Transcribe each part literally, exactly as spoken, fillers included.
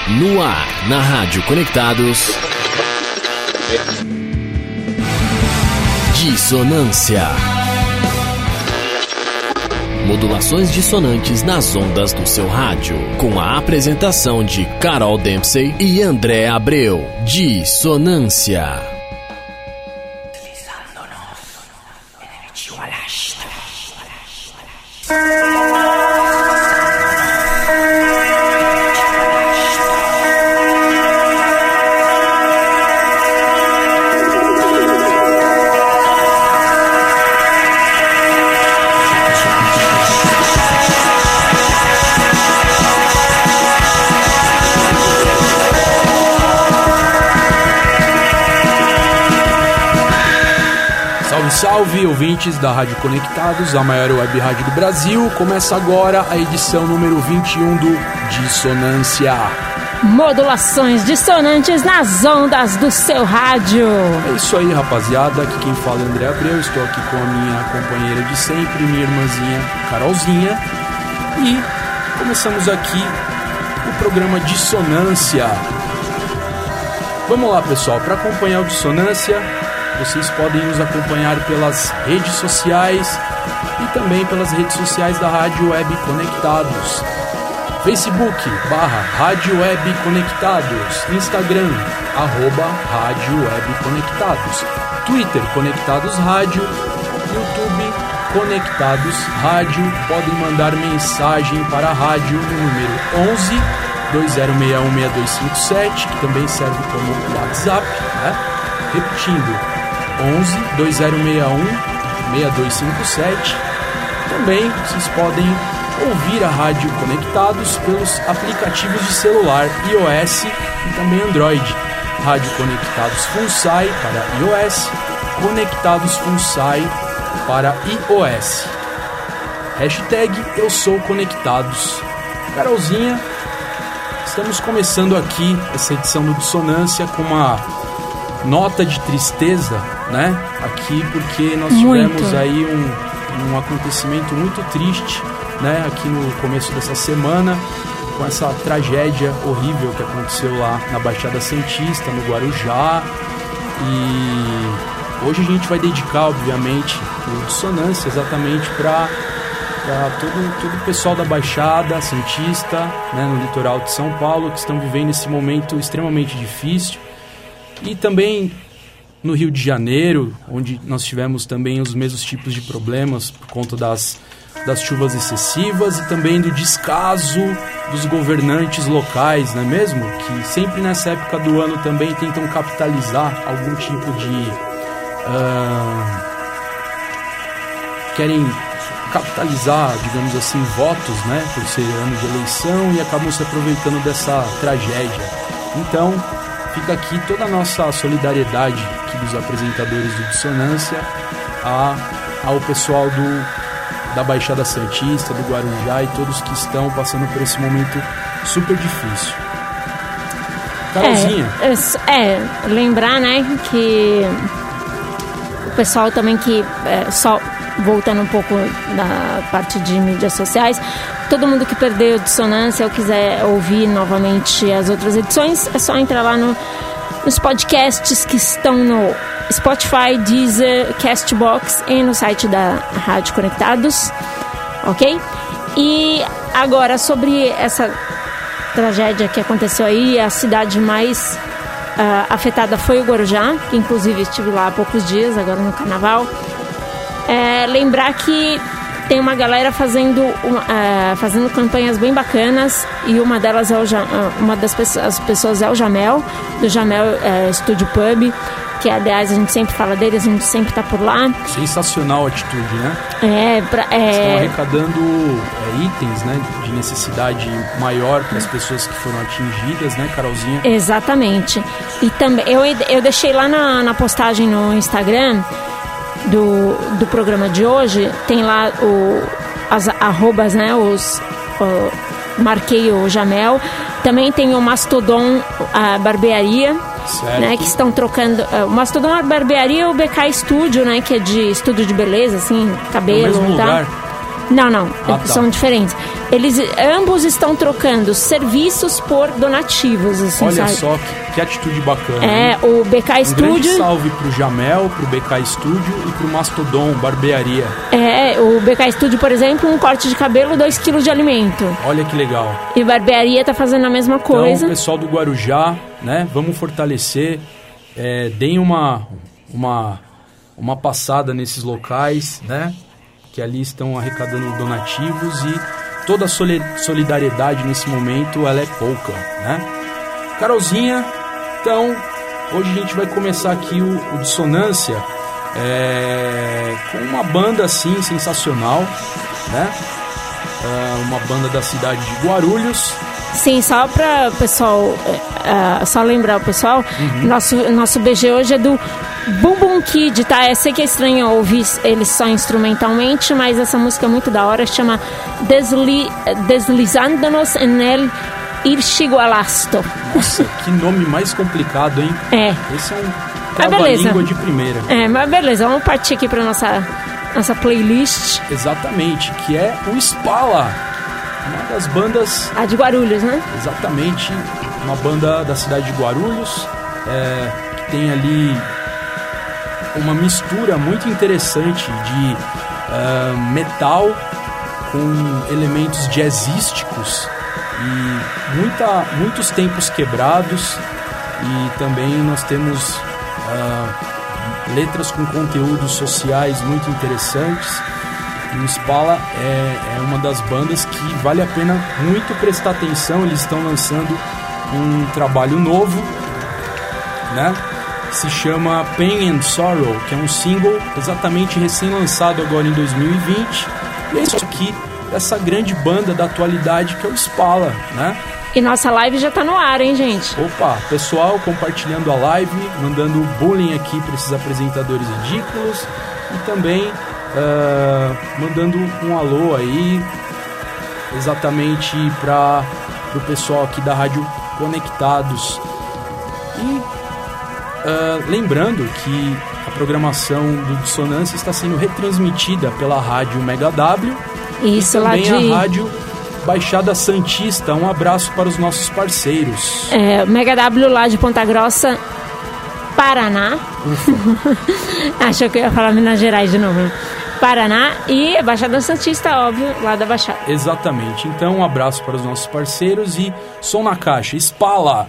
No ar, na Rádio Conectados. Dissonância. Modulações dissonantes nas ondas do seu rádio. Com a apresentação de Carol Dempsey e André Abreu. Dissonância. Salve, ouvintes da Rádio Conectados, a maior web rádio do Brasil. Começa agora a edição número vinte e um do Dissonância. Modulações dissonantes nas ondas do seu rádio. É isso aí, rapaziada. Aqui quem fala é André Abreu. Estou aqui com a minha companheira de sempre, minha irmãzinha Carolzinha. E começamos aqui o programa Dissonância. Vamos lá, pessoal. Para acompanhar o Dissonância, vocês podem nos acompanhar pelas redes sociais e também pelas redes sociais da Rádio Web Conectados. Facebook, barra Rádio Web Conectados. Instagram, arroba Rádio Web Conectados. Twitter, Conectados Rádio. YouTube, Conectados Rádio. Podem mandar mensagem para a rádio no número onze, dois zero seis um, seis dois cinco sete, que também serve como WhatsApp, né? Repetindo, onze, dois zero seis um, seis dois cinco sete. Também vocês podem ouvir a Rádio Conectados pelos aplicativos de celular iOS e também Android. Rádio Conectados Funsai para iOS, Conectados Funsai para iOS. Hashtag Eu Sou Conectados. Carolzinha, estamos começando aqui essa edição do Dissonância com uma nota de tristeza, né? Aqui porque nós tivemos muito. aí um, um acontecimento muito triste, né? Aqui no começo dessa semana, com essa tragédia horrível que aconteceu lá na Baixada Santista, no Guarujá. E hoje a gente vai dedicar, obviamente, o Dissonância exatamente para todo, todo o pessoal da Baixada Santista, né? No litoral de São Paulo, que estão vivendo esse momento extremamente difícil. E também no Rio de Janeiro, onde nós tivemos também os mesmos tipos de problemas por conta das, das chuvas excessivas e também do descaso dos governantes locais, não é mesmo? Que sempre nessa época do ano também tentam capitalizar algum tipo de... Uh, querem capitalizar, digamos assim, votos, né? Por ser ano de eleição e acabam se aproveitando dessa tragédia. Então, fica aqui toda a nossa solidariedade aqui dos apresentadores do Dissonância a, ao pessoal do, da Baixada Santista, do Guarujá e todos que estão passando por esse momento super difícil. Carolzinha. É, é lembrar, né, que o pessoal também que, é, só voltando um pouco da parte de mídias sociais, todo mundo que perdeu Dissonância ou quiser ouvir novamente as outras edições, é só entrar lá no, nos podcasts que estão no Spotify, Deezer, Castbox e no site da Rádio Conectados, ok? E agora, sobre essa tragédia que aconteceu aí, a cidade mais uh, afetada foi o Guarujá, que inclusive estive lá há poucos dias, agora no Carnaval. É, lembrar que tem uma galera fazendo, uh, fazendo campanhas bem bacanas e uma delas é o, uma das pessoas, as pessoas é o Jamel, do Jamel uh, Studio Pub, que aliás a gente sempre fala dele, a gente sempre tá por lá. Sensacional a atitude, né? É, pra, é... Estão arrecadando é, itens, né, de necessidade maior para as pessoas que foram atingidas, né, Carolzinha? Exatamente. E também eu, eu deixei lá na, na postagem no Instagram Do, do programa de hoje, tem lá o, as arrobas, né, os, o, marquei o Jamel, também tem o Mastodon, a barbearia, né, que estão trocando, uh, o Mastodon, a barbearia e o B K Studio, né, que é de estúdio de beleza, assim, cabelo, no mesmo tá? lugar. Não, não, ah, são tá. diferentes. eles ambos estão trocando serviços por donativos, assim, Olha sabe? só que, que atitude bacana. É, hein? o B K Um Studio. grande salve pro Jamel, pro B K Studio e pro Mastodon Barbearia. É, o B K Studio, por exemplo, um corte de cabelo, dois quilos de alimento. Olha que legal. E Barbearia tá fazendo a mesma coisa. Então, pessoal do Guarujá, né? Vamos fortalecer. É, deem uma, uma, uma passada nesses locais, né? Que ali estão arrecadando donativos e toda a solidariedade nesse momento, ela é pouca, né? Carolzinha, então, hoje a gente vai começar aqui o, o Dissonância é, com uma banda, assim, sensacional, né? É, uma banda da cidade de Guarulhos. Sim, só para o pessoal, uh, só lembrar o pessoal, uhum. nosso, nosso B G hoje é do Boom Boom Kid, tá? Eu sei que é estranho ouvir eles só instrumentalmente, mas essa música é muito da hora, chama Desli, Deslizándonos en el Irxigualasto. Nossa, que nome mais complicado, hein? É. Esse é um trava-língua de primeira. É, mas beleza, vamos partir aqui para nossa, nossa playlist. Exatamente, que é o Spala. Uma das bandas... Ah, de Guarulhos, né? Exatamente. Uma banda da cidade de Guarulhos, é, que tem ali uma mistura muito interessante de uh, metal com elementos jazzísticos e muita, muitos tempos quebrados. E também nós temos uh, letras com conteúdos sociais muito interessantes. E o Spala é, é uma das bandas que vale a pena muito prestar atenção. Eles estão lançando um trabalho novo, né? Que se chama Pain and Sorrow, que é um single exatamente recém-lançado agora em dois mil e vinte. E é isso aqui, essa grande banda da atualidade que é o Spala, né? E nossa live já tá no ar, hein, gente? Opa, pessoal compartilhando a live, mandando bullying aqui para esses apresentadores ridículos e também... Uh, mandando um alô aí exatamente para o pessoal aqui da Rádio Conectados. E uh, lembrando que a programação do Dissonância está sendo retransmitida pela Rádio Mega W. Isso, e também lá de... a Rádio Baixada Santista. Um abraço para os nossos parceiros. É, Mega W lá de Ponta Grossa, Paraná. Achou que eu ia falar Minas Gerais de novo. Paraná e Baixada Santista, óbvio, lá da Baixada. Exatamente. Então, um abraço para os nossos parceiros e som na caixa, Spala!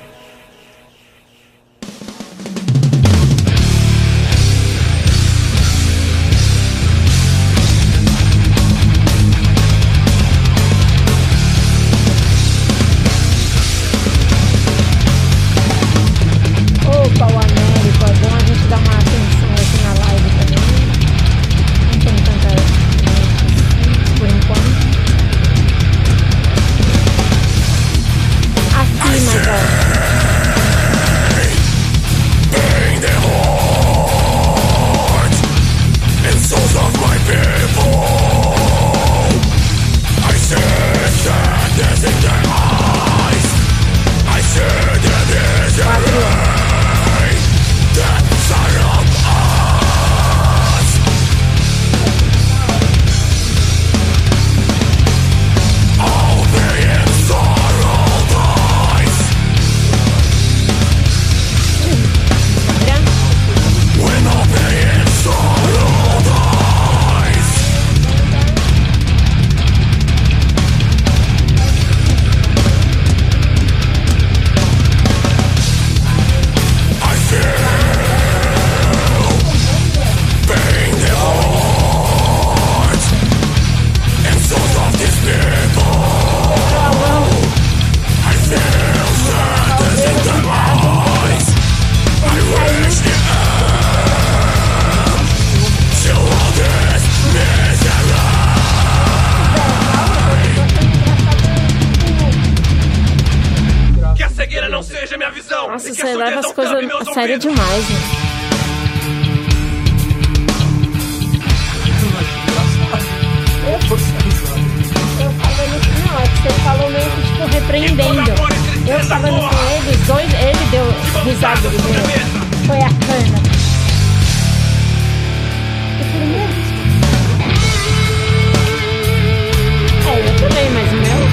Opa, o Américo, é bom a gente dar uma atenção aqui na live também. Por enquanto. Aqui, mas ó. Nossa, você leva as coisas a sério demais, né? Eu falando que não, é que você falou meio que tipo repreendendo. Eu falando com ele, os dois, ele deu risada do meu. Foi a cana. É, eu também, mas o meu.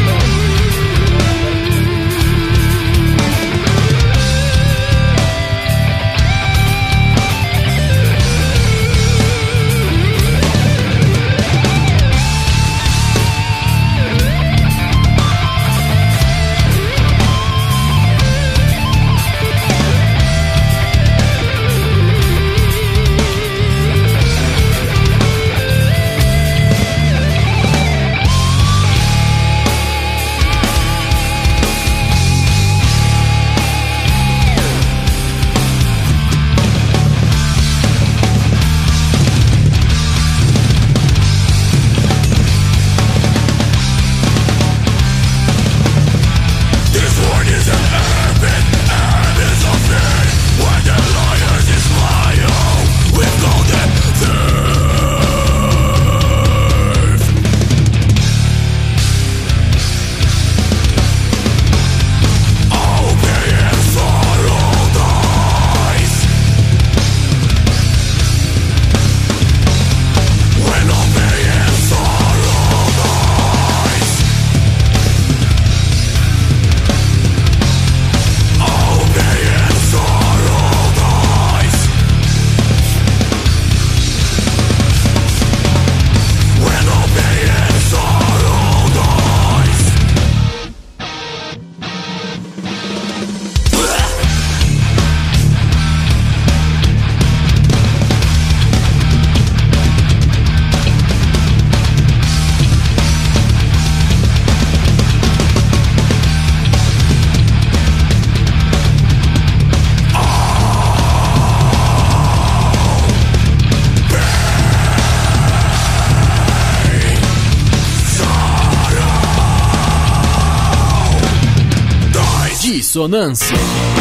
Dissonância.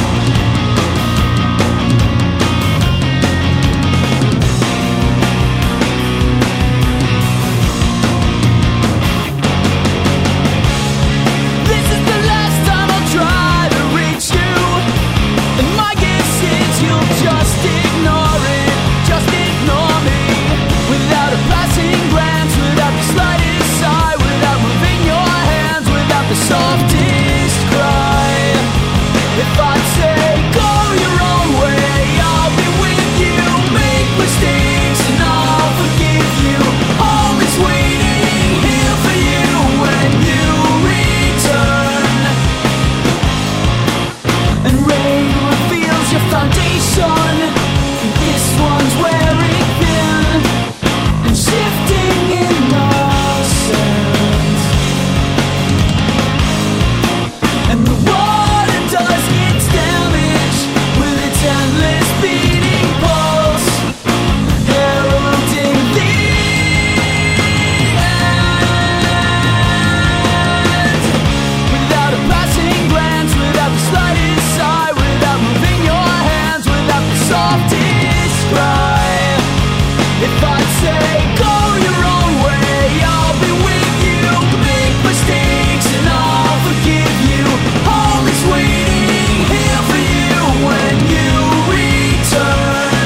Softest cry. If I'd say go your own way, I'll be with you. Make mistakes and I'll forgive you. Always waiting here for you when you return. And rain reveals your foundation. This one's wearing thin and shifting in the sand. And the water does its damage with its endless beating pulse, heralding the end. Without a passing glance, without the slightest sigh, without moving your hands, without the softest cry. If I'd say go your own way, I'll be with you. Make mistakes and I'll forgive you. Always waiting here for you when you return.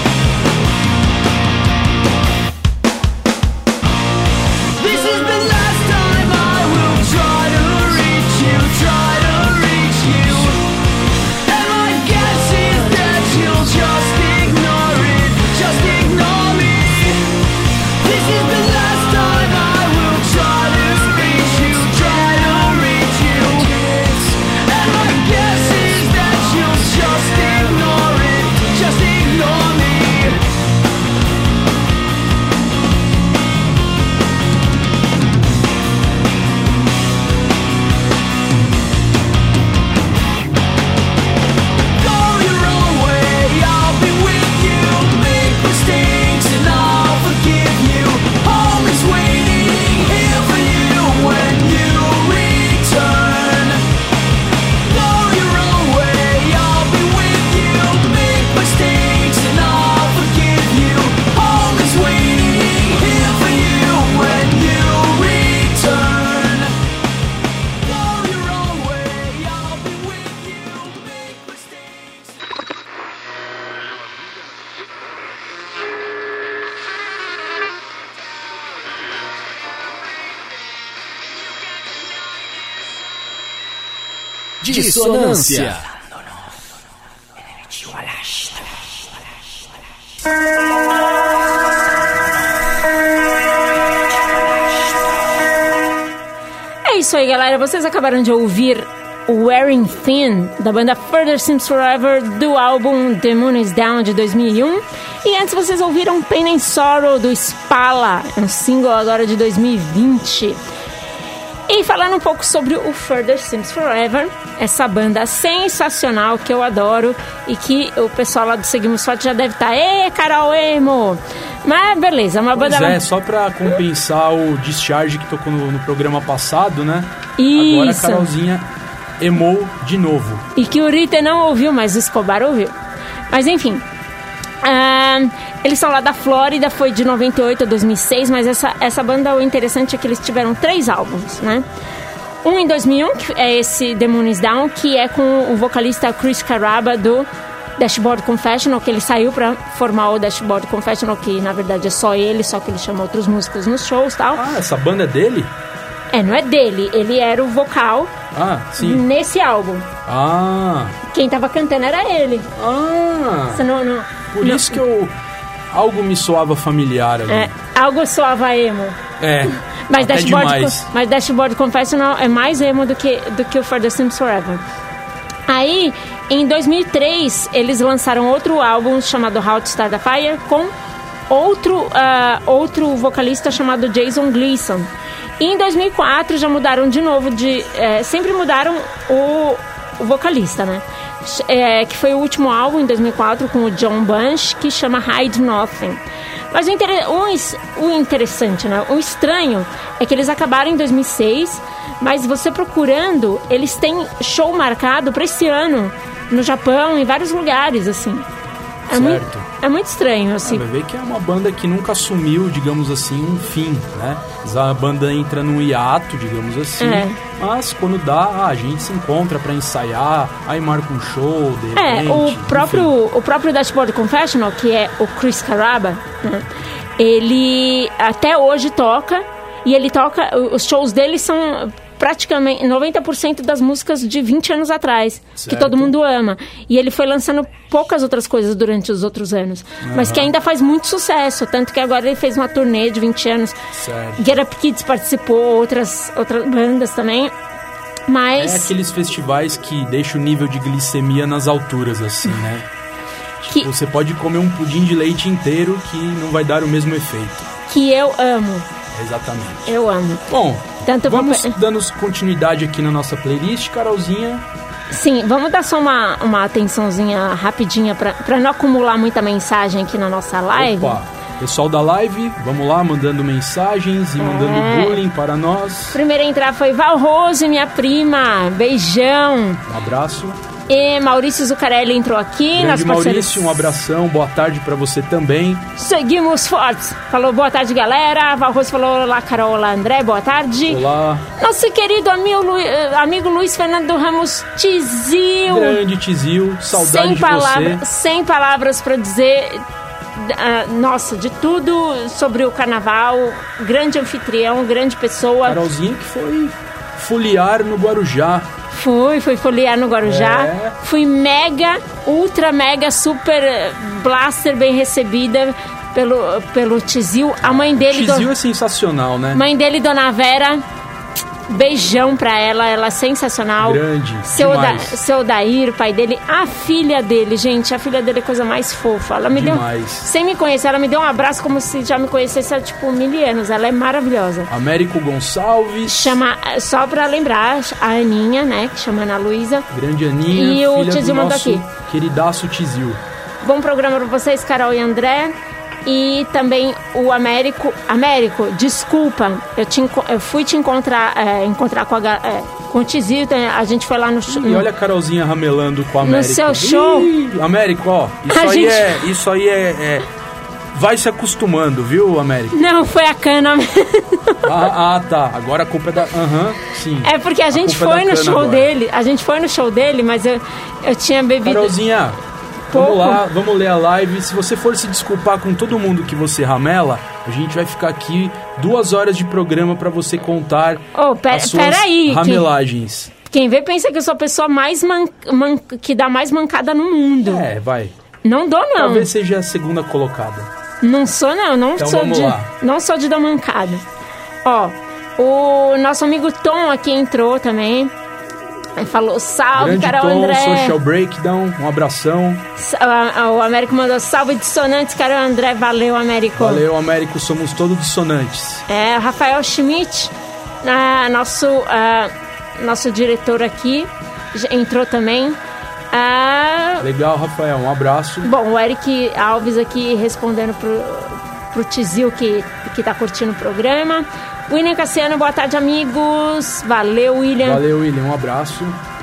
This is the last time I will try to reach you, try to reach you. And my guess is that you'll just ignore it, just ignore me. This is the last time I will try to reach you, try to reach you. And my guess is that you'll just ignore it, just ignore me. Go your own way, I'll be with you. Make mistakes and I'll forgive you. Always waiting here for you when you return. Go your own way, I'll be with you. Make mistakes and I'll forgive you. Always waiting here for you when you return. Go your own way, I'll be with you. Make mistakes. Dissonância. É isso aí, galera. Vocês acabaram de ouvir Wearing Thin, da banda Further Seems Forever, do álbum The Moon Is Down, de dois mil e um. E antes vocês ouviram Pain and Sorrow, do Spala, um single agora de dois mil e vinte. E falando um pouco sobre o Further Seems Forever, essa banda sensacional que eu adoro e que o pessoal lá do Seguimos Forte já deve estar, ê, Carol Emo! Mas beleza, uma Pois banda... é, só pra compensar o Discharge que tocou no, no programa passado, né? Isso. Agora a Carolzinha emou de novo. E que o Rita não ouviu, mas o Escobar ouviu. Mas enfim... Ah, eles são lá da Flórida, foi de noventa e oito a dois mil e seis, mas essa, essa banda, o interessante é que eles tiveram três álbuns, né? Um em dois mil e um, que é esse The Moon Is Down, que é com o vocalista Chris Carrabba do Dashboard Confessional, que ele saiu pra formar o Dashboard Confessional, que na verdade é só ele, só que ele chama outros músicos nos shows e tal. Ah, essa banda é dele? É, não é dele, ele era o vocal Ah, sim. nesse álbum. Ah, Quem tava cantando era ele. ah. Você não, não, Por não- isso que eu... Algo me soava familiar ali. É, algo soava emo. É, Mas até Dashboard, demais. mas Dashboard Confessional é mais emo do que, do que o Further Seems Forever. Aí, em dois mil e três, eles lançaram outro álbum chamado How to Start a Fire com outro, ah, outro vocalista chamado Jason Gleason. E em dois mil e quatro já mudaram de novo de... eh, sempre mudaram o, o vocalista, né? É, que foi o último álbum em dois mil e quatro com o John Bunch, que chama Hide Nothing. Mas o, inter... o, is- o interessante, né? O estranho é que eles acabaram em dois mil e seis, mas você procurando, eles têm show marcado para esse ano no Japão, em vários lugares, assim. É muito, é muito estranho, assim. É, vai ver que é uma banda que nunca assumiu, digamos assim, um fim, né? A banda entra num hiato, digamos assim, É. mas quando dá, a gente se encontra pra ensaiar, aí marca um show, de É, repente, o enfim. próprio, o próprio Dashboard Confessional, que é o Chris Caraba, né? Ele até hoje toca, e ele toca, os shows dele são praticamente noventa por cento das músicas de vinte anos atrás, Certo. que todo mundo ama. E ele foi lançando poucas outras coisas durante os outros anos, mas que ainda faz muito sucesso, tanto que agora ele fez uma turnê de vinte anos. Certo. Get Up Kids participou, outras, outras bandas também. Mas É aqueles festivais que deixam o nível de glicemia nas alturas, assim, né? que, Você pode comer um pudim de leite inteiro que não vai dar o mesmo efeito. que eu amo. Exatamente. Eu amo. Bom, Tanto vamos vou- dando continuidade aqui na nossa playlist, Carolzinha. Sim, vamos dar só uma, uma atençãozinha rapidinha pra, pra não acumular muita mensagem aqui na nossa live. Opa, pessoal da live, vamos lá, mandando mensagens e mandando bullying para nós. Primeiro a entrar foi Val Rose, minha prima. Beijão. Um abraço. E Maurício Zucarelli entrou aqui. Grande nosso parceiro. Maurício, um abração, boa tarde para você também. Seguimos fortes. Falou boa tarde, galera. Val Rose falou olá, Carol, olá, André, boa tarde. Olá, Nosso querido amigo, Lu- eh, amigo Luiz Fernando Ramos Tizil. grande Tizil, saudade sem de palavra, você. Sem palavras para dizer, ah, nossa, de tudo sobre o carnaval. Grande anfitrião, grande pessoa. Carolzinha que foi foliar no Guarujá. Fui, fui foliar no Guarujá. É. Fui mega, ultra mega, super eh, blaster bem recebida pelo, pelo Tizil. A mãe dele, Tizil do, é sensacional, né? mãe dele, Dona Vera, beijão pra ela, ela é sensacional. Grande, Seu, da, demais. seu Dair, pai dele, a filha dele, gente, a filha dele é a coisa mais fofa. Ela me Demais. deu, sem me conhecer, ela me deu um abraço como se já me conhecesse há tipo mil anos. Ela é maravilhosa. Américo Gonçalves, Chama, só pra lembrar, a Aninha, né, que chama Ana Luísa. grande Aninha, E o filha Tizil do mandou nosso aqui. queridaço Tizil. Bom programa pra vocês, Carol e André. E também o Américo. Américo, desculpa, eu, te, enco- eu fui te encontrar, é, encontrar com, a, ga- é, com o Tizil, tem- a gente foi lá no, sh- E no olha a Carolzinha ramelando com o Américo. seu show. Ih, Américo, ó, isso A aí gente- é... Isso aí é, é- vai se acostumando, viu, Américo? Não, foi a cana. Ah, ah, tá. Agora a culpa é da... Aham, sim. É porque a gente culpa é foi da no cana show agora. dele. A gente foi no show dele, mas eu, eu tinha bebido. Carolzinha, Pouco. vamos lá, vamos ler a live. Se você for se desculpar com todo mundo que você ramela, a gente vai ficar aqui duas horas de programa pra você contar Ô, pe- as suas peraí, que- ramelagens. Quem vê pensa que eu sou a pessoa mais man, man- que dá mais mancada no mundo. É, vai. Não dou, não. Talvez seja a segunda colocada. Não sou, não. Não, Então sou vamos de, lá. não sou de dar mancada. Ó, o nosso amigo Tom aqui entrou também. Aí falou, salve, Grande Carol Tom, André. Social Breakdown, um abração. Sa- a- O Américo mandou salve dissonantes, Carol André. Valeu, Américo. Valeu, Américo, somos todos dissonantes. É, o Rafael Schmidt, ah, nosso, ah, nosso diretor aqui, já entrou também. Ah, Legal, Rafael, um abraço. bom, o Eric Alves aqui respondendo pro, pro Tizil que, que tá curtindo o programa. William Cassiano, boa tarde, amigos. Valeu, William. Valeu, William, um abraço.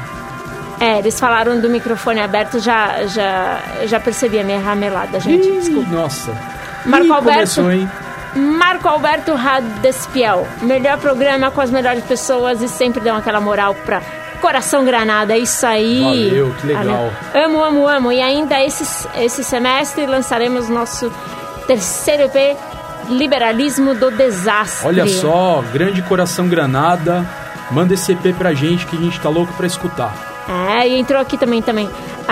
É, eles falaram do microfone aberto, já, já, já percebi a minha ramelada, gente. Ih, Desculpa. nossa. Marco Ih, Alberto. começou, hein? Marco Alberto Radespiel, melhor programa com as melhores pessoas e sempre dão aquela moral pra Coração Granada, é isso aí. Valeu, que legal. Valeu. Amo, amo, amo. E ainda esse, esse semestre lançaremos nosso terceiro E P, Liberalismo do Desastre. Olha só, grande Coração Granada. Manda esse E P pra gente que a gente tá louco pra escutar. É, e entrou aqui também, também.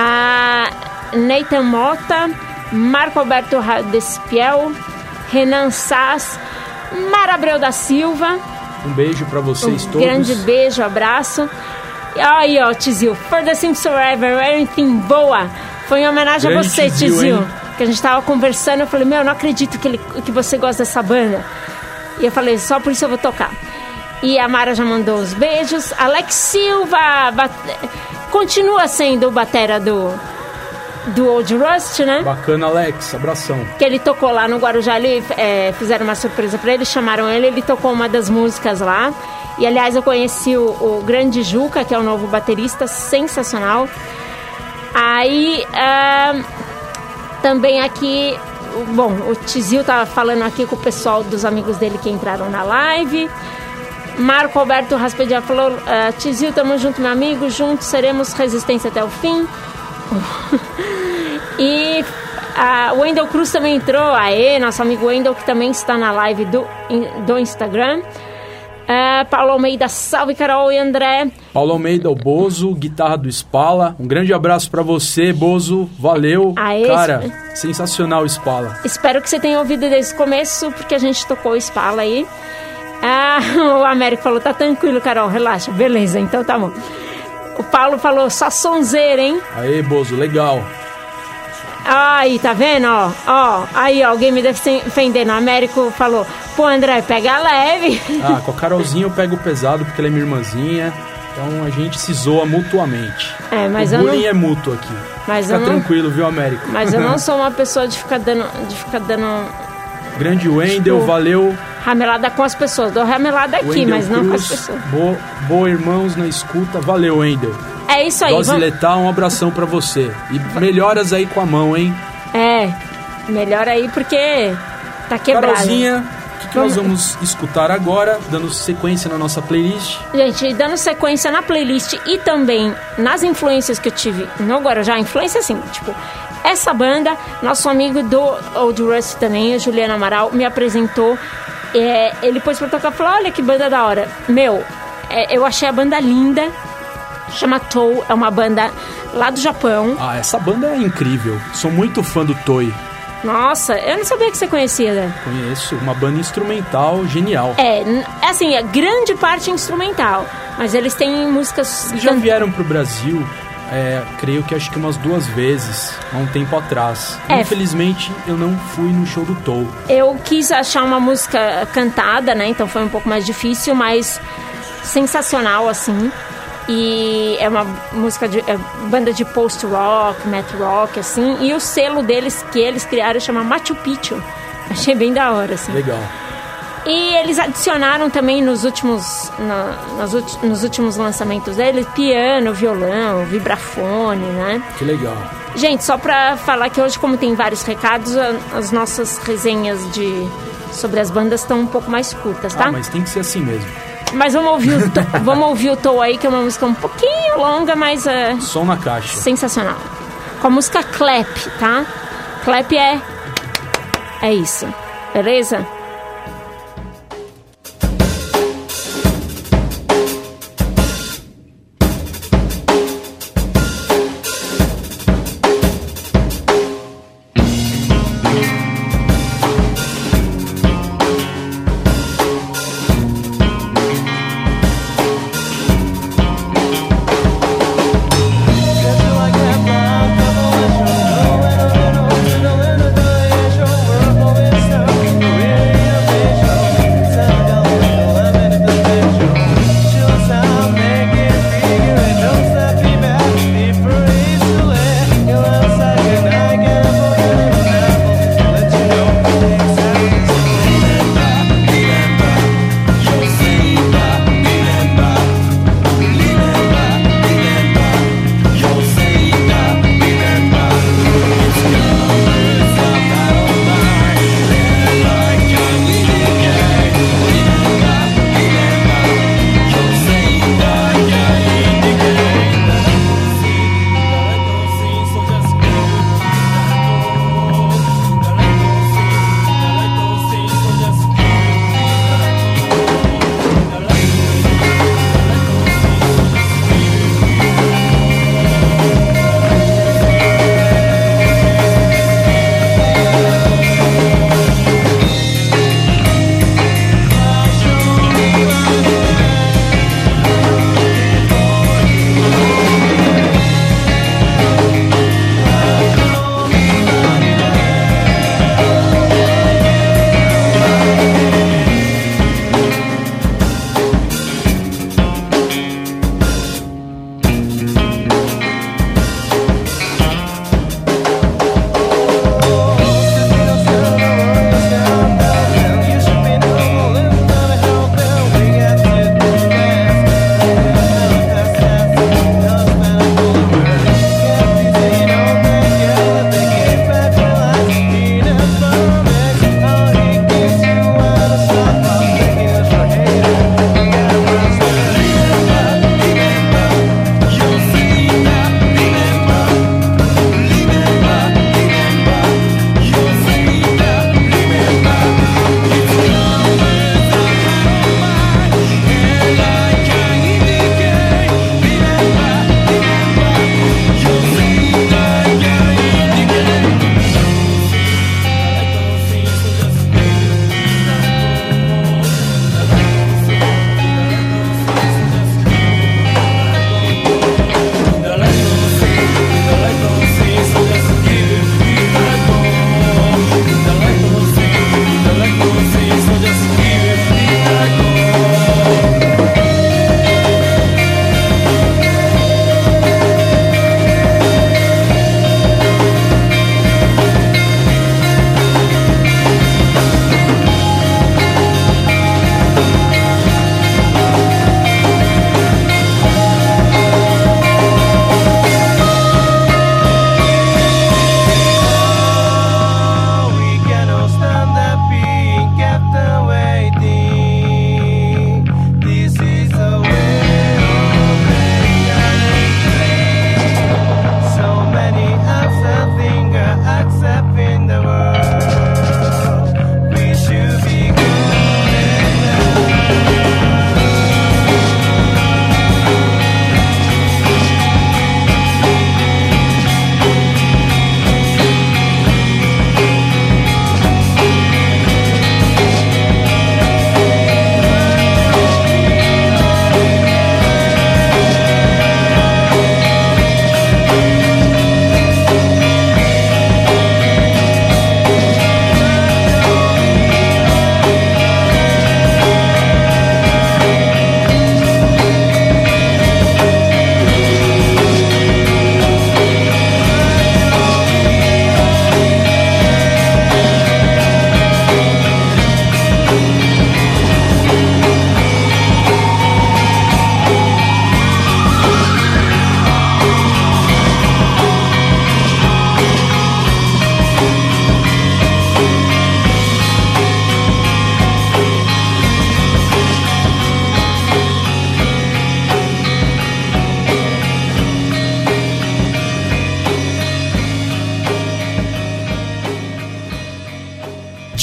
A Nathan Mota, Marco Alberto Radespiel, Renan Sass, Mara Abreu da Silva. Um beijo pra vocês Um todos. grande beijo, abraço. E aí, ó, Tizil, For the Sims Forever, Anything Boa. Foi em homenagem Grande a você, Tizil, Tizil. hein? Que a gente tava conversando, eu falei, meu, eu não acredito que, ele, que você gosta dessa banda. E eu falei, só por isso eu vou tocar. E a Mara já mandou os beijos. Alex Silva, bat... continua sendo o batera do, do Old Rust, né? Bacana, Alex, abração. Que ele tocou lá no Guarujá, ele, é, fizeram uma surpresa pra ele, chamaram ele, ele tocou uma das músicas lá. E, aliás, eu conheci o, o Grande Juca, que é o novo baterista, sensacional. Aí, uh, também aqui, bom, o Tizil tava falando aqui com o pessoal dos amigos dele que entraram na live. Marco Alberto Raspedia falou, uh, Tizil, tamo junto, meu amigo, juntos seremos resistência até o fim. E uh, o Wendel Cruz também entrou, aê, nosso amigo Wendel, que também está na live do, do Instagram. Uh, Paulo Almeida, salve Carol e André. Paulo Almeida, o Bozo, guitarra do Spala. Um grande abraço pra você, Bozo. Valeu. Aê, cara, esp... sensacional o Spala. Espero que você tenha ouvido desde o começo, porque a gente tocou o Spala aí. Ah, o Américo falou, tá tranquilo, Carol, relaxa. Beleza, então tá bom. O Paulo falou, só sonzeira, hein? Aê, Bozo, legal. Aí, tá vendo, ó, ó, aí, ó, alguém me defendendo, o Américo falou, pô, André, pega leve. Ah, com a Carolzinha eu pego pesado, porque ela é minha irmãzinha, então a gente se zoa mutuamente. É, mas o eu bullying não... é mútuo aqui. Mas Fica eu não... tranquilo, viu, Américo? Mas eu não sou uma pessoa de ficar dando, de ficar dando... Grande Wendel, tipo, valeu. Ramelada com as pessoas, dou ramelada aqui, Wendel mas não Cruz, com as pessoas. Boa, boa, irmãos na escuta, valeu, Wendel. É isso aí. Dose vamos... letal, um abração pra você. E melhoras aí com a mão, hein? É, melhor aí porque tá quebrado. Carolzinha, o que, que nós vamos escutar agora, dando sequência na nossa playlist? Gente, dando sequência na playlist e também nas influências que eu tive no Guarujá, influência assim, tipo, essa banda, nosso amigo do Old Rust também, o Juliano Amaral, me apresentou, é, ele pôs pra tocar e falou, olha que banda da hora. Meu, é, eu achei a banda linda, chama Tou, é uma banda lá do Japão. Ah, essa banda é incrível, sou muito fã do Toei. Nossa, eu não sabia que você conhecia, né? Conheço, uma banda instrumental genial. É, assim, a grande parte instrumental, mas eles têm músicas... Eles já vieram pro Brasil, é, creio que acho que umas duas vezes, há um tempo atrás. É. Infelizmente, eu não fui no show do Tou. Eu quis achar uma música cantada, né? Então foi um pouco mais difícil, mas sensacional, assim. E é uma música de é banda de post-rock, math-rock, assim. E o selo deles, que eles criaram, chama Machu Picchu. Achei bem da hora, assim. Legal. E eles adicionaram também nos últimos, na, nas ulti, nos últimos lançamentos deles, piano, violão, vibrafone, né? Que legal. Gente, só pra falar que hoje, como tem vários recados, a, as nossas resenhas de, sobre as bandas estão um pouco mais curtas, tá? Ah, mas tem que ser assim mesmo. Mas vamos ouvir o to, vamos ouvir o Tou aí, que é uma música um pouquinho longa, mas é som na caixa. Sensacional. Com a música Clap, tá? Clap é é isso. Beleza? Yeah.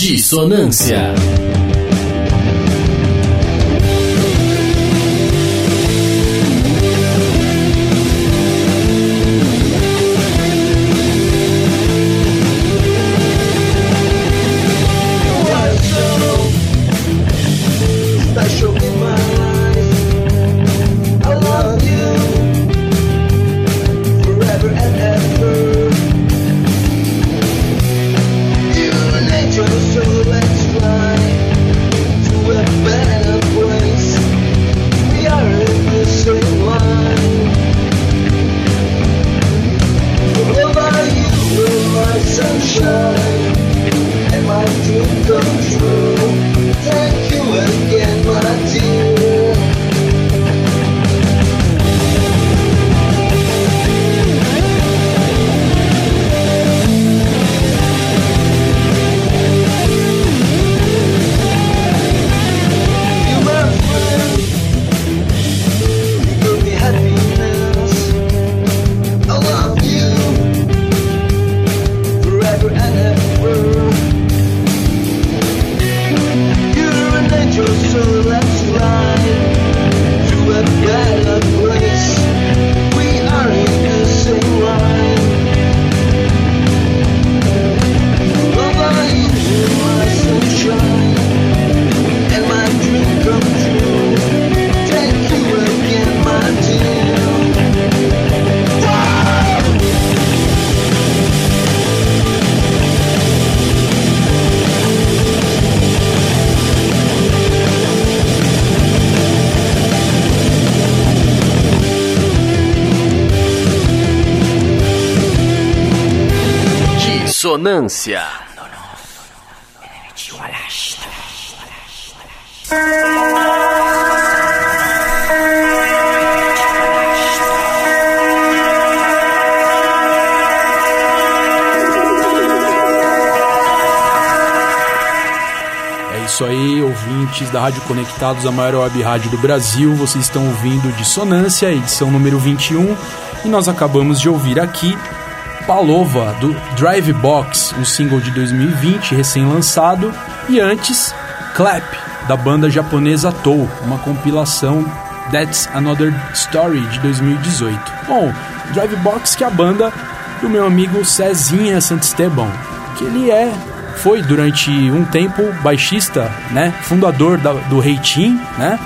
Dissonância. Dissonância. É isso aí, ouvintes da Rádio Conectados, a maior web rádio do Brasil. Vocês estão ouvindo Dissonância, edição número vinte e um, e nós acabamos de ouvir aqui Palova, do Drive Box, um single de dois mil e vinte, recém-lançado, e antes, Clap, da banda japonesa Tou, uma compilação That's Another Story, de dois mil e dezoito. Bom, Drive Box, que é a banda do meu amigo Cezinha Santisteban, que ele é, foi durante um tempo baixista, né, fundador da, do Reitin, né,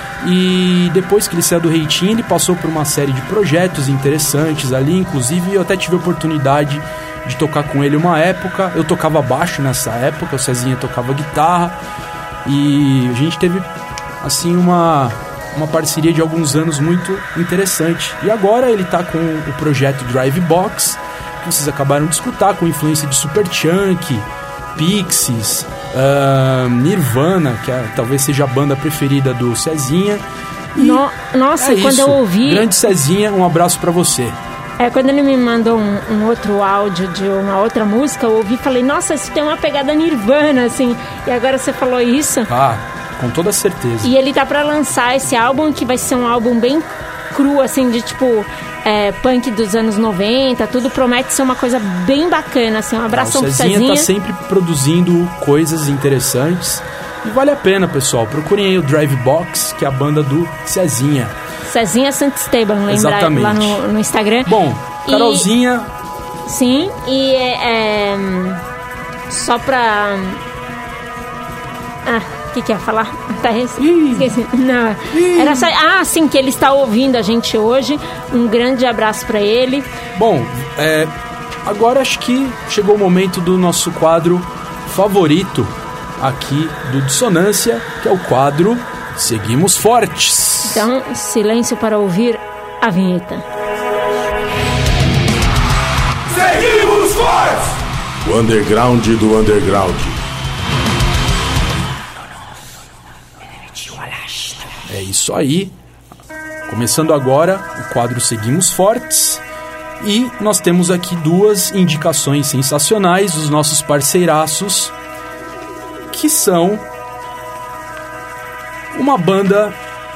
e depois que ele saiu do Reitin, ele passou por uma série de projetos interessantes ali, inclusive eu até tive a oportunidade de tocar com ele uma época. Eu tocava baixo nessa época, o Cezinha tocava guitarra, e a gente teve assim uma, uma parceria de alguns anos muito interessante. E agora ele tá com o projeto Drive Box, que vocês acabaram de escutar, com influência de Superchunk, Pixies, uh, Nirvana, que é, talvez seja a banda preferida do Cezinha. E no, nossa, é quando isso. eu ouvi... Grande Cezinha, um abraço pra você. É, quando ele me mandou um, um outro áudio de uma outra música, eu ouvi e falei, nossa, isso tem uma pegada Nirvana, assim. E agora você falou isso. Ah, com toda certeza. E ele tá pra lançar esse álbum, que vai ser um álbum bem cru, assim, de tipo... É, punk dos anos noventa, tudo promete ser uma coisa bem bacana, assim, um abração ah, pro Cezinha. Cezinha. Tá sempre produzindo coisas interessantes e vale a pena, pessoal. Procurem aí o Drive Box, que é a banda do Cezinha. Cezinha Santisteban, lembra lá no, no Instagram. Bom, Carolzinha... E, sim, e é, é, só pra... Ah... O que que ia falar? Tá, esqueci. Não. Era só... Ah, sim, que ele está ouvindo a gente hoje. Um grande abraço para ele. Bom, é, agora acho que chegou o momento do nosso quadro favorito aqui do Dissonância, que é o quadro Seguimos Fortes. Então, silêncio para ouvir a vinheta. Seguimos Fortes! O underground do underground. É isso aí. Começando agora o quadro Seguimos Fortes. E nós temos aqui duas indicações sensacionais dos nossos parceiraços, que são uma banda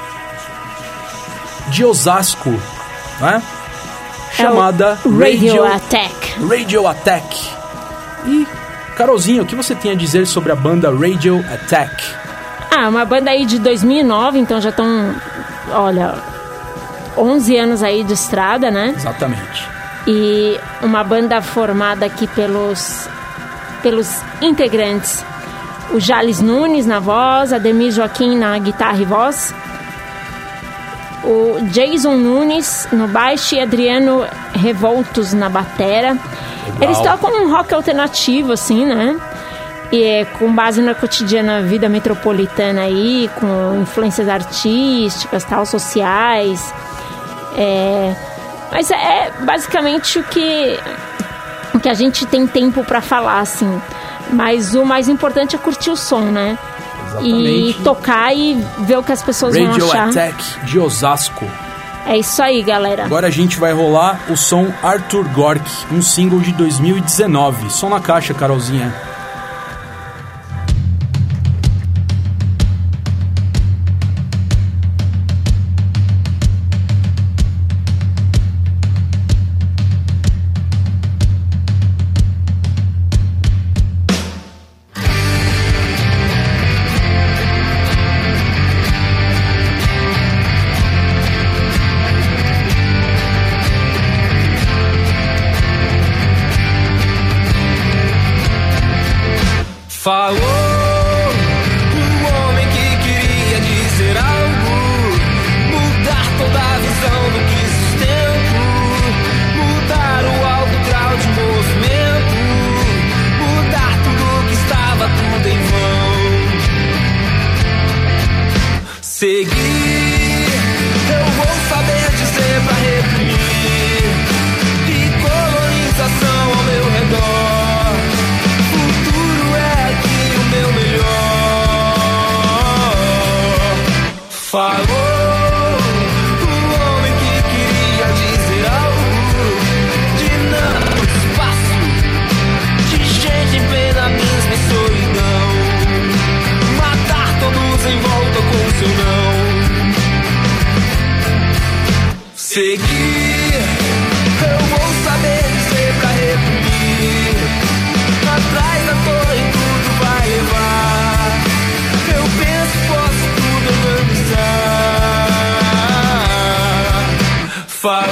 de Osasco, né? Chamada é Radio, Radio Attack. Radio Attack. E Carolzinha, o que você tem a dizer sobre a banda Radio Attack? Ah, uma banda aí de dois mil e nove, então já estão, olha, onze anos aí de estrada, né? Exatamente. E uma banda formada aqui pelos, pelos integrantes. O Jales Nunes na voz, Ademir Joaquim na guitarra e voz, o Jason Nunes no baixo e Adriano Revoltos na batera. Legal. Eles tocam um rock alternativo, assim, né? E é com base na cotidiana vida metropolitana aí, com influências artísticas, tal, sociais. É, mas é basicamente o que, o que a gente tem tempo para falar, assim. Mas o mais importante é curtir o som, né? Exatamente. E tocar e ver o que as pessoas Radio vão achar. Attack de Osasco. É isso aí, galera. Agora a gente vai rolar o som Arthur Gork, um single de dois mil e dezenove. Som na caixa, Carolzinha. Falou o homem que queria dizer algo, mudar toda a visão do que sustento, mudar o alto grau de movimento, mudar tudo que estava tudo em vão. Seguir, eu vou saber dizer pra reprimir, e colonização ao meu redor. Falou o homem que queria dizer algo de não espaço, de gente em plena mesma solidão, matar todos em volta com seu não. Seguir, eu vou saber dizer pra reprimir, atrás da torre tudo vai levar. Eu penso, posso tudo organizar. Falou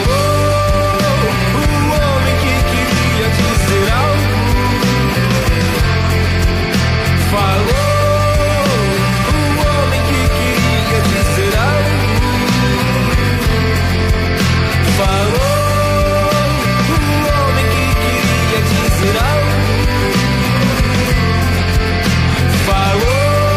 o homem que queria dizer algo. Falou o homem que queria dizer algo. Falou o homem que queria dizer algo. Falou.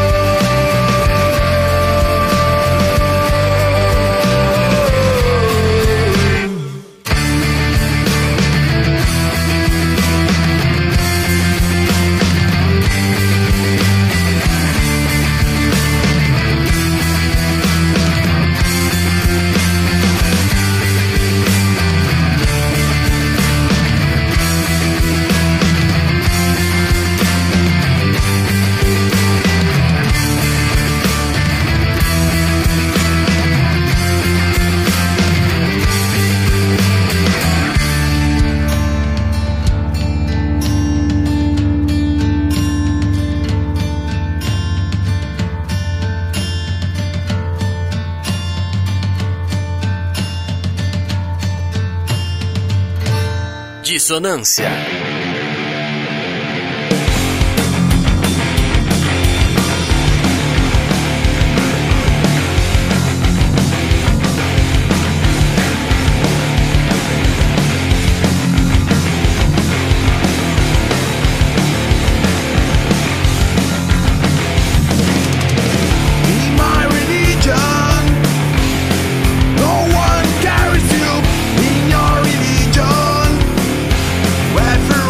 Dissonância. Where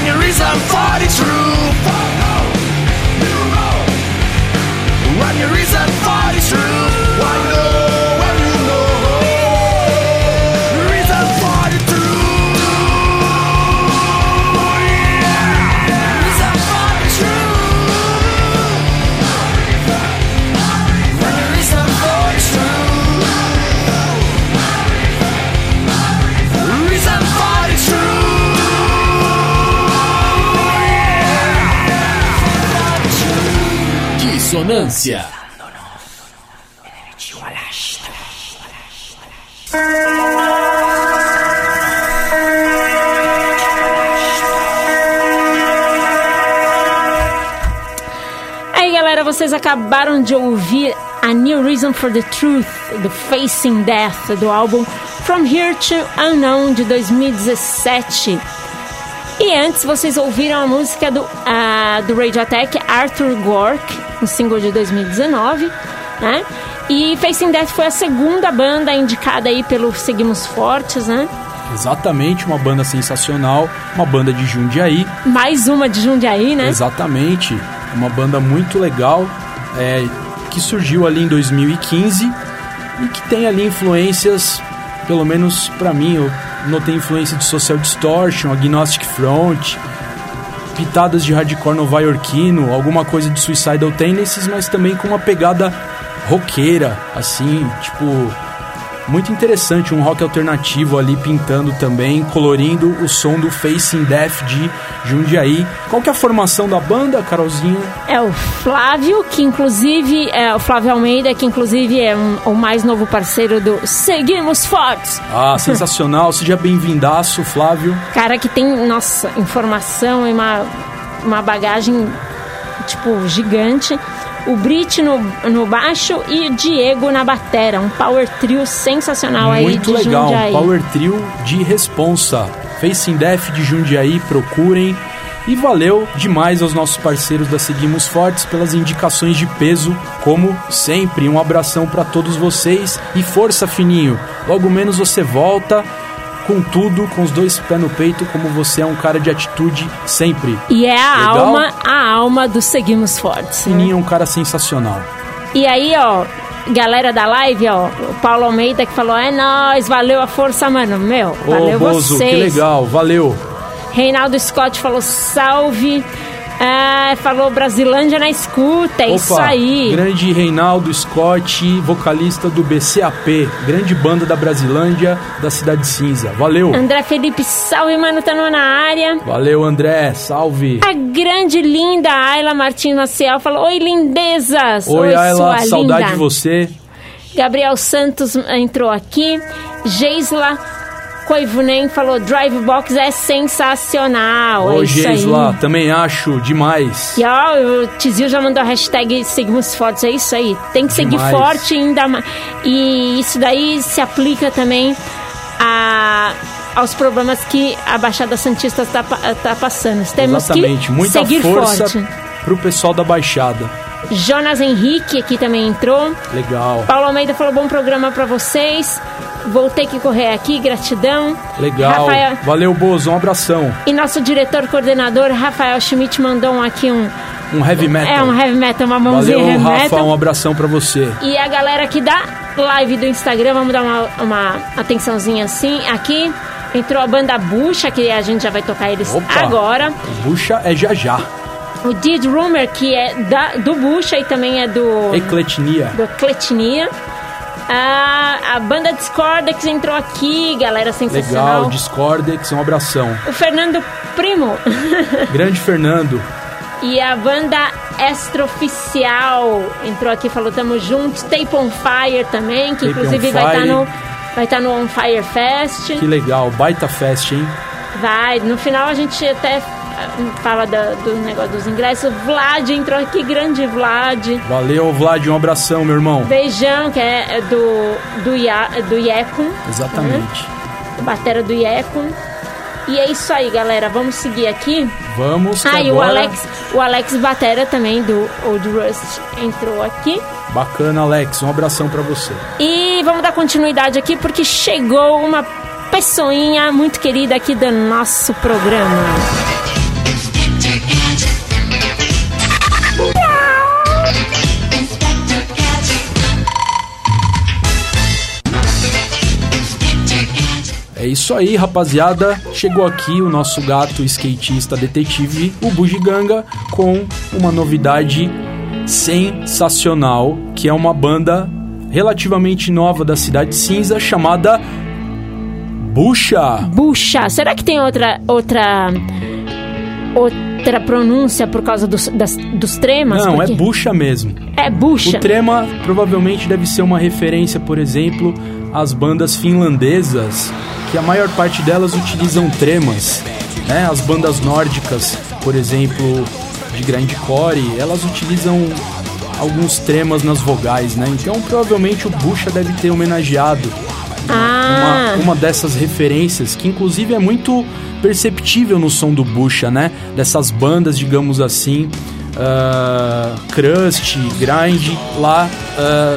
When your reason for the truth. When your reason for the truth. Why know when you know. The reason for the truth. Yeah. The reason for the truth. When your reason for the truth. The reason for the truth. Dissonância. Aí, galera, vocês acabaram de ouvir A New Reason for the Truth, do Facing Death, do álbum From Here to Unknown, de dois mil e dezessete. E antes vocês ouviram a música do, uh, do Radio Attack, Arthur Gork, um single de dois mil e dezenove, né? E Facing Death foi a segunda banda indicada aí pelo Seguimos Fortes, né? Exatamente, uma banda sensacional, uma banda de Jundiaí. Mais uma de Jundiaí, né? Exatamente, uma banda muito legal, é, que surgiu ali em dois mil e quinze e que tem ali influências, pelo menos pra mim, eu notei influência de Social Distortion, Agnostic Front, pitadas de hardcore novaiorquino, alguma coisa de Suicidal Tendencies, mas também com uma pegada roqueira, assim, tipo, muito interessante, um rock alternativo ali pintando também, colorindo o som do Facing Death de Jundiaí. Qual que é a formação da banda, Carolzinha? É o Flávio, que inclusive, é o Flávio Almeida, que inclusive é um, o mais novo parceiro do Seguimos Fortes. Ah, sensacional, seja bem-vindaço, Flávio. Cara que tem, nossa, informação e uma, uma bagagem, tipo, gigante. O Brit no, no baixo e o Diego na batera. Um power trio sensacional aí de Muito legal, Jundiaí. um power trio de responsa. Facing Death de Jundiaí, procurem. E valeu demais aos nossos parceiros da Seguimos Fortes pelas indicações de peso, como sempre. Um abração pra todos vocês e força, Fininho. Logo menos você volta com tudo, com os dois pés no peito, como você é um cara de atitude sempre. E é a Legal? alma, a alma do Seguimos Fortes. Né? Fininho é um cara sensacional. E aí, ó, galera da live, ó, o Paulo Almeida que falou, é nóis, valeu a força, mano. Meu, valeu Ô, Bozo, vocês. que legal, valeu. Reinaldo Scott falou, salve. Ah, falou Brasilândia na escuta, é Opa, isso aí. Grande Reinaldo Scott, vocalista do B C A P, grande banda da Brasilândia, da Cidade Cinza. Valeu. André Felipe, salve, mano, tá na área. Valeu, André, salve. A grande linda Ayla Martins Maciel falou, oi, lindezas. Oi, oi Ayla, sua saudade linda. de você. Gabriel Santos entrou aqui. Geisla Coivunen falou, Drive Box é sensacional. Oi, é isso Geisla, aí. também acho demais. E ó, o Tizil já mandou a hashtag Seguimos Fortes, é isso aí. Tem que seguir Demais. forte ainda mais. E isso daí se aplica também a, aos problemas que a Baixada Santista está tá passando. Temos Exatamente, que muita seguir força forte. pro pessoal da Baixada. Jonas Henrique aqui também entrou. Legal. Paulo Almeida falou, bom programa pra vocês. Vou ter que correr aqui, gratidão. Legal. Rafael... Valeu, Bozo, um abração. E nosso diretor coordenador, Rafael Schmidt, mandou aqui um... Um heavy metal. É, um heavy metal, uma mãozinha Valeu, heavy Rafa, metal. um abração pra você. E a galera aqui da live do Instagram, vamos dar uma, uma atençãozinha assim. Aqui entrou a banda Bucha, que a gente já vai tocar eles Opa. agora. Bucha é já já. O Did Rumor, que é da, do Bucha e também é do... Ecletnia. do Ecletnia. A, a banda Discordex entrou aqui, galera, sensacional. Legal, Discordex, um abração. O Fernando Primo. Grande Fernando. E a banda Extraoficial entrou aqui, falou tamo juntos. Tape on Fire também, que Tape inclusive on vai estar Fire. no, vai tá no On Fire Fest. Que legal, baita fest, hein? Vai, no final a gente até fala da, do negócio dos ingressos. Vlad entrou aqui, grande Vlad. Valeu, Vlad, um abração, meu irmão. Beijão, que é do, do, Ia, do Iecum. Exatamente. Né? Batera do Iecum. E é isso aí, galera. Vamos seguir aqui. Vamos, que Ah, e agora... o Alex, o Alex Batera também, do Old Rust, entrou aqui. Bacana, Alex, um abração pra você. E vamos dar continuidade aqui, porque chegou uma pessoinha muito querida aqui do nosso programa. isso aí, rapaziada. Chegou aqui o nosso gato skatista detetive, o Bugiganga, com uma novidade sensacional, que é uma banda relativamente nova da Cidade Cinza, chamada Bucha. Bucha. Será que tem outra outra outra pronúncia por causa dos, das, dos tremas? Não, Porque... é Bucha mesmo. É Bucha. O trema provavelmente deve ser uma referência, por exemplo, às bandas finlandesas, que a maior parte delas utilizam tremas, né? As bandas nórdicas, por exemplo, de grindcore, elas utilizam alguns tremas nas vogais, né? Então provavelmente o Bucha deve ter homenageado Ah. uma, uma dessas referências, que inclusive é muito perceptível no som do Bucha, né? Dessas bandas, digamos assim, uh, crust, grind, lá uh,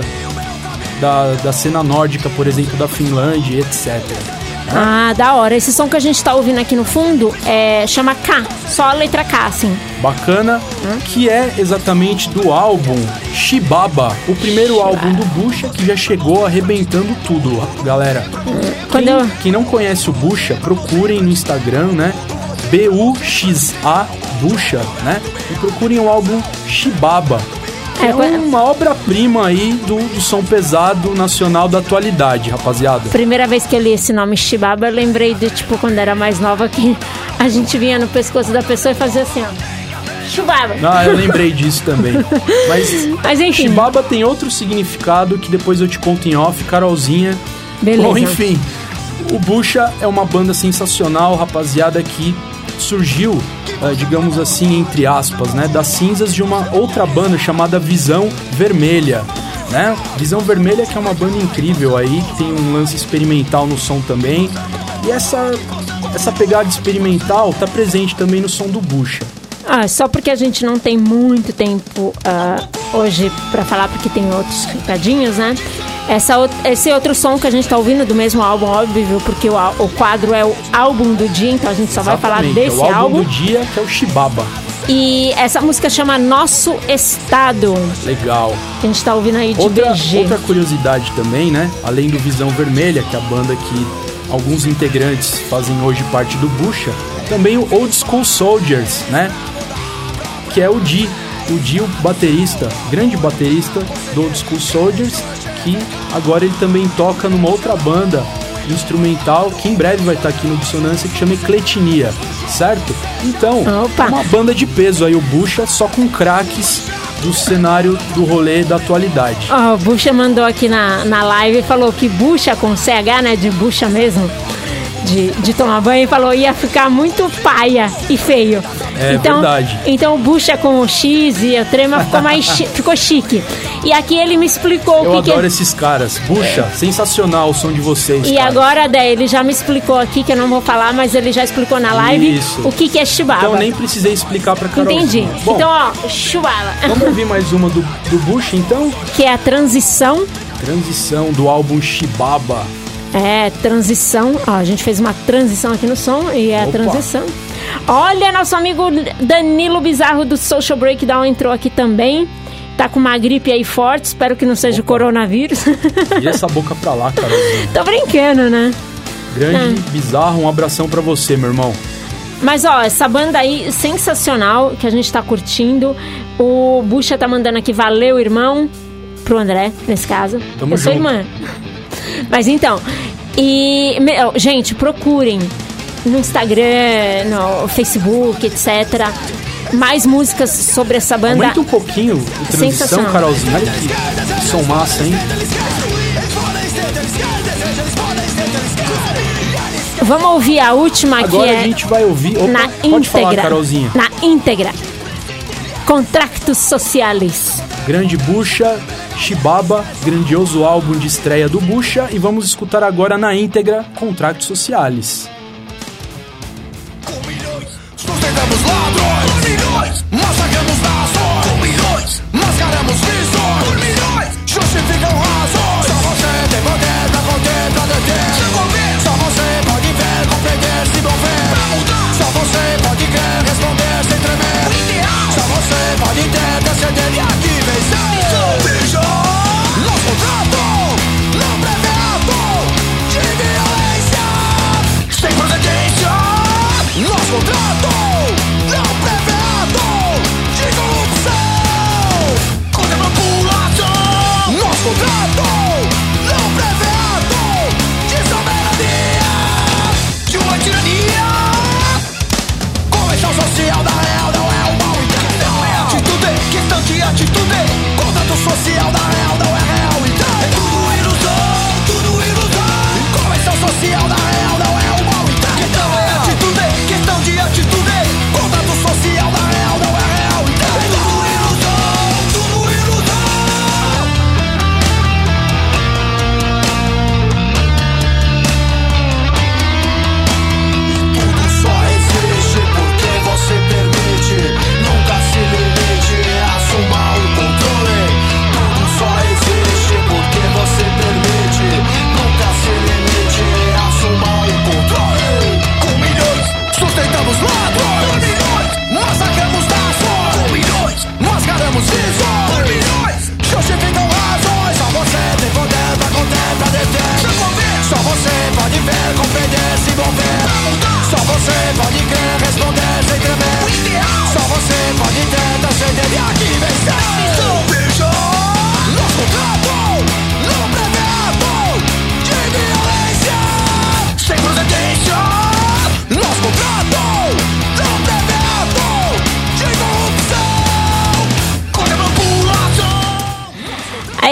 da, da cena nórdica, por exemplo, da Finlândia, etcétera. Ah, da hora. Esse som que a gente tá ouvindo aqui no fundo é, chama K, só a letra K, assim. Bacana, hum? Que é exatamente do álbum Shibaba, o primeiro Shibaba. álbum do Bucha, que já chegou arrebentando tudo, galera. Hum, quem, eu... quem não conhece o Bucha, procurem no Instagram, né? B U X A, Bucha, né? E procurem o álbum Shibaba. É, é uma obra-prima aí do, do som pesado nacional da atualidade, rapaziada. Primeira vez que eu li esse nome Shibaba, eu lembrei de, tipo, quando era mais nova, que a gente vinha no pescoço da pessoa e fazia assim, ó. Shibaba. Ah, eu lembrei disso também. Mas, Mas enfim. Shibaba tem outro significado que depois eu te conto em off, Carolzinha. Beleza. Bom, enfim, o Bucha é uma banda sensacional, rapaziada, que surgiu, uh, digamos assim, entre aspas, né, das cinzas de uma outra banda chamada Visão Vermelha, né? Visão Vermelha, que é uma banda incrível aí, que tem um lance experimental no som também. E essa, essa pegada experimental tá presente também no som do Bucha. Ah, só porque a gente não tem muito tempo uh, hoje pra falar, porque tem outros recadinhos, né? Essa, esse outro som que a gente tá ouvindo do mesmo álbum, óbvio, porque o, o quadro é o álbum do dia, então a gente só Exatamente, vai falar desse é o álbum. álbum do dia, que é o Shibaba. E essa música chama Nosso Estado. Legal. Que a gente tá ouvindo aí de outra, B G. Outra curiosidade também, né? Além do Visão Vermelha, que é a banda que alguns integrantes fazem hoje parte do Bucha, também o Old School Soldiers, né? Que é o Di, o Di, o baterista, grande baterista do Old School Soldiers, que agora ele também toca numa outra banda instrumental, que em breve vai estar aqui no Dissonância, que chama Ecletinia, certo? Então, Opa. uma banda de peso aí, o Bucha, só com craques do cenário do rolê da atualidade. Oh, o Bucha mandou aqui na, na live e falou que Bucha com C H, né, de Bucha mesmo, de, de tomar banho, e falou ia ficar muito paia e feio. É então, verdade. Então o Bucha com o X e a trema ficou mais chi, ficou chique. E aqui ele me explicou Eu o que adoro que é... esses caras. Bucha, é. Sensacional o som de vocês, E cara. agora, Dé, ele já me explicou aqui, que eu não vou falar, mas ele já explicou na live Isso. o que que é Shibaba. Então nem precisei explicar pra Carol. Entendi. Bom, então, ó, Shibaba. Vamos ouvir mais uma do, do Bucha, então? Que é a transição. Transição do álbum Shibaba. É, transição. Ó, a gente fez uma transição aqui no som e é a Opa. transição. Olha, nosso amigo Danilo Bizarro do Social Breakdown entrou aqui também. Tá com uma gripe aí forte, espero que não seja o coronavírus. E essa boca pra lá, Carolzinha. Tô brincando, né? Grande, É. Bizarro, um abração pra você, meu irmão. Mas, ó, essa banda aí, sensacional, que a gente tá curtindo. O Bucha tá mandando aqui, valeu, irmão. Pro André, nesse caso. Tamo Eu sou junto. irmã. Mas então, e... meu, gente, procurem no Instagram, no Facebook, etcétera. Mais músicas sobre essa banda. Aumenta um pouquinho o transição, Sensacional. Carolzinha. Olha que, que som massa, hein? Vamos ouvir a última aqui. Agora é a gente vai ouvir... Opa, na pode íntegra. falar, Carolzinha. Na íntegra. Contratos Sociais. Grande Bucha, Shibaba, grandioso álbum de estreia do Bucha. E vamos escutar agora na íntegra Contratos Sociais. Sustentamos ladrões, por milhões, massacramos nações, com milhões, mascaramos visões, por milhões, justificam razões. Só você tem poder pra conter, pra deter, se envolver. Só você pode ver, compreender, se envolver, pra mudar. Só você pode crer, responder sem tremer. O ideal, só você pode ter, transcender e aqui vencer. Bicho, nosso contrato, não prevê ato de violência.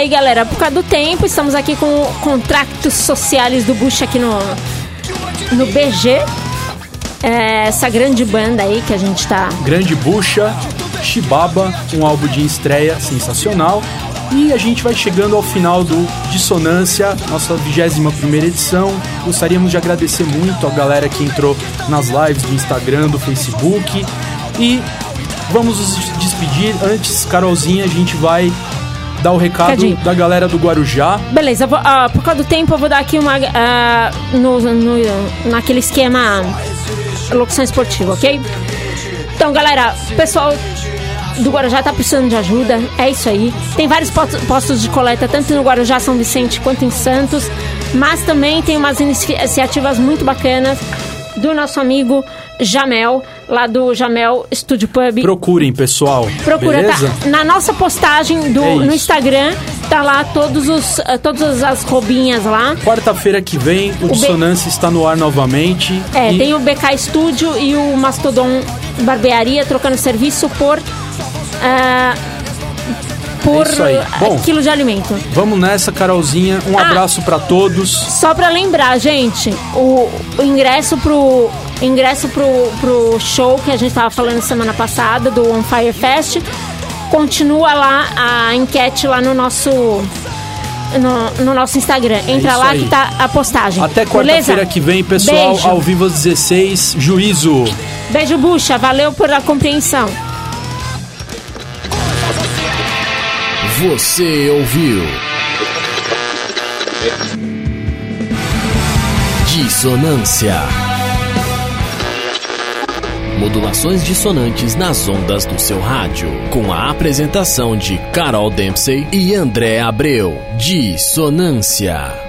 aí, galera, por causa do tempo, estamos aqui com o Contratos Sociais do Bush aqui no, no B G. É, essa grande banda aí que a gente tá... Grande Bucha, Shibaba, um álbum de estreia sensacional. E a gente vai chegando ao final do Dissonância, nossa vigésima primeira edição. Gostaríamos de agradecer muito a galera que entrou nas lives do Instagram, do Facebook. E vamos nos despedir. Antes, Carolzinha, a gente vai dar o recado Cadinho. da galera do Guarujá. Beleza, eu vou, uh, por causa do tempo eu vou dar aqui uma... Uh, no, no, naquele esquema locução esportiva, ok? Então, galera, pessoal do Guarujá tá precisando de ajuda, é isso aí. Tem vários postos de coleta, tanto no Guarujá, São Vicente, quanto em Santos. Mas também tem umas iniciativas muito bacanas do nosso amigo Jamel, lá do Jamel Studio Pub. Procurem, pessoal. Procura, beleza? Tá na nossa postagem do, é no Instagram, tá lá todos os, todas as roubinhas lá. Quarta-feira que vem, o, o Dissonância B... está no ar novamente. É, e... tem o B K Studio e o Mastodon Barbearia trocando serviço por... Uh, por é Bom, quilo de alimento. Vamos nessa, Carolzinha. Um ah, abraço pra todos. Só pra lembrar, gente, o, o ingresso pro ingresso pro, pro show que a gente tava falando semana passada do On Fire Fest, continua lá a enquete lá no nosso no, no nosso Instagram. Entra é lá aí. Que tá a postagem. Até quarta-feira que vem, pessoal. Beijo. Ao vivo às dezesseis. Juízo. Beijo, Bucha. Valeu pela compreensão. Você ouviu Dissonância. Modulações dissonantes nas ondas do seu rádio. Com a apresentação de Carol Dempsey e André Abreu. Dissonância.